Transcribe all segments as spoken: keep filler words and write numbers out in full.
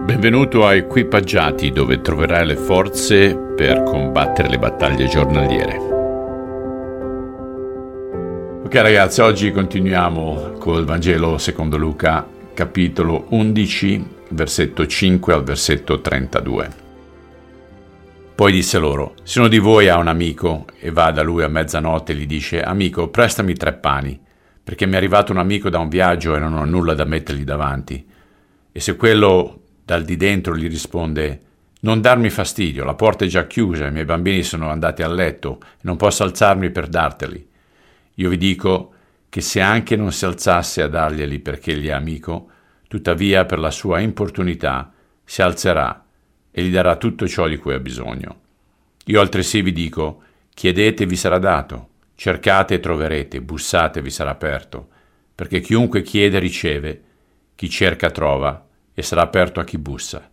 Benvenuto a Equipaggiati, dove troverai le forze per combattere le battaglie giornaliere. Ok ragazzi, oggi continuiamo col Vangelo secondo Luca, capitolo undici, versetto cinque al versetto trentadue. Poi disse loro: se uno di voi ha un amico e va da lui a mezzanotte e gli dice: amico, prestami tre pani, perché mi è arrivato un amico da un viaggio e non ho nulla da mettergli davanti. E se quello dal di dentro gli risponde: non darmi fastidio, la porta è già chiusa, i miei bambini sono andati a letto e non posso alzarmi per darteli. Io vi dico che se anche non si alzasse a darglieli perché gli è amico, tuttavia per la sua importunità si alzerà e gli darà tutto ciò di cui ha bisogno. Io altresì vi dico: chiedete e vi sarà dato, cercate e troverete, bussate e vi sarà aperto, perché chiunque chiede riceve, chi cerca trova, e sarà aperto a chi bussa.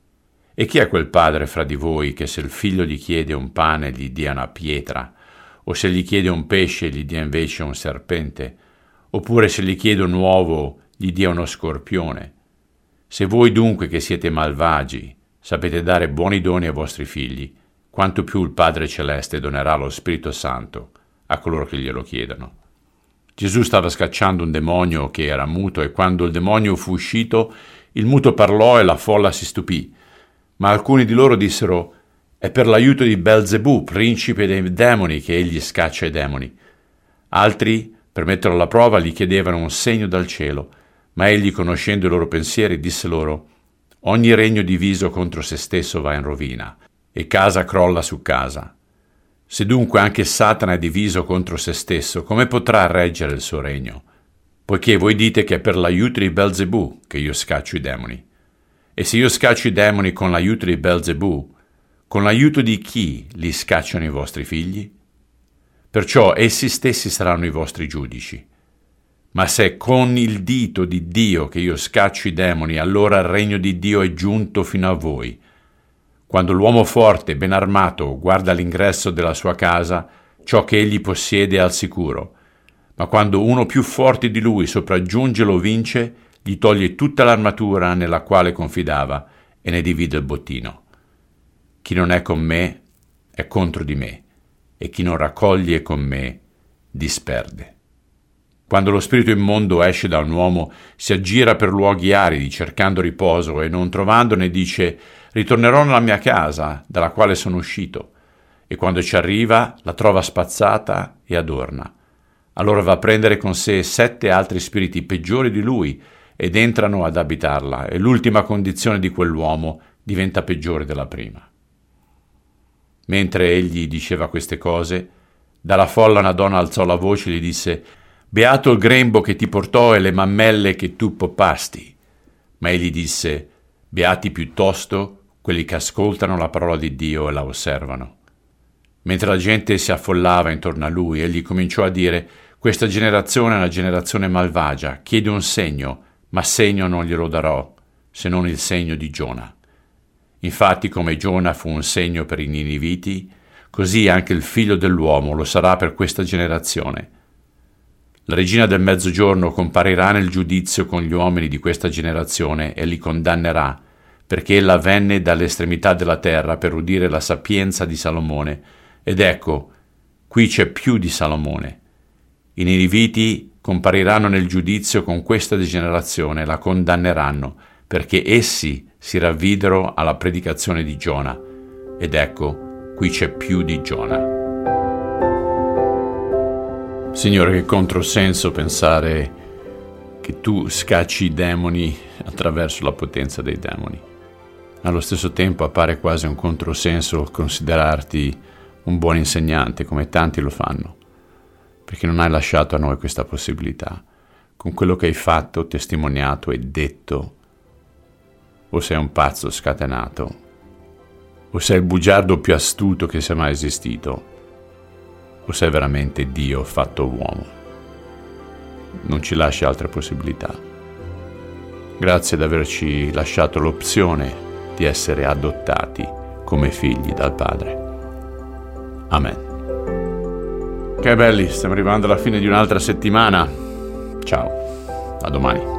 E chi è quel padre fra di voi che se il figlio gli chiede un pane gli dia una pietra, o se gli chiede un pesce gli dia invece un serpente, oppure se gli chiede un uovo gli dia uno scorpione? Se voi dunque che siete malvagi sapete dare buoni doni ai vostri figli, quanto più il Padre Celeste donerà lo Spirito Santo a coloro che glielo chiedono. Gesù stava scacciando un demonio che era muto, e quando il demonio fu uscito, il muto parlò e la folla si stupì. Ma alcuni di loro dissero: è per l'aiuto di Belzebù, principe dei demoni, che egli scaccia i demoni. Altri, per metterlo alla prova, gli chiedevano un segno dal cielo, ma egli, conoscendo i loro pensieri, disse loro: ogni regno diviso contro se stesso va in rovina, e casa crolla su casa. Se dunque anche Satana è diviso contro se stesso, come potrà reggere il suo regno? Poiché voi dite che è per l'aiuto di Belzebù che io scaccio i demoni. E se io scaccio i demoni con l'aiuto di Belzebù, con l'aiuto di chi li scacciano i vostri figli? Perciò essi stessi saranno i vostri giudici. Ma se con il dito di Dio che io scaccio i demoni, allora il regno di Dio è giunto fino a voi. Quando l'uomo forte, ben armato, guarda all'ingresso della sua casa, ciò che egli possiede è al sicuro. Ma quando uno più forte di lui sopraggiunge e lo vince, gli toglie tutta l'armatura nella quale confidava e ne divide il bottino. Chi non è con me è contro di me, e chi non raccoglie con me disperde. Quando lo spirito immondo esce da un uomo, si aggira per luoghi aridi cercando riposo, e non trovandone dice: ritornerò nella mia casa dalla quale sono uscito. E quando ci arriva la trova spazzata e adorna. Allora va a prendere con sé sette altri spiriti peggiori di lui ed entrano ad abitarla, e l'ultima condizione di quell'uomo diventa peggiore della prima. Mentre egli diceva queste cose, dalla folla una donna alzò la voce e gli disse: beato il grembo che ti portò e le mammelle che tu poppasti. Ma egli disse: beati piuttosto quelli che ascoltano la parola di Dio e la osservano. Mentre la gente si affollava intorno a lui, egli cominciò a dire: questa generazione è una generazione malvagia, chiede un segno, ma segno non glielo darò, se non il segno di Giona. Infatti, come Giona fu un segno per i niniviti, così anche il figlio dell'uomo lo sarà per questa generazione. La regina del mezzogiorno comparirà nel giudizio con gli uomini di questa generazione e li condannerà, perché ella venne dall'estremità della terra per udire la sapienza di Salomone, ed ecco, qui c'è più di Salomone. I niniviti compariranno nel giudizio con questa generazione e la condanneranno, perché essi si ravvidero alla predicazione di Giona, ed ecco, qui c'è più di Giona. Signore, che controsenso pensare che tu scacci i demoni attraverso la potenza dei demoni. Allo stesso tempo appare quasi un controsenso considerarti un buon insegnante, come tanti lo fanno, perché non hai lasciato a noi questa possibilità. Con quello che hai fatto, testimoniato e detto, o sei un pazzo scatenato, o sei il bugiardo più astuto che sia mai esistito, o sei veramente Dio fatto uomo. Non ci lasci altre possibilità. Grazie di averci lasciato l'opzione di essere adottati come figli dal Padre. Amen. Che belli, stiamo arrivando alla fine di un'altra settimana. Ciao, a domani.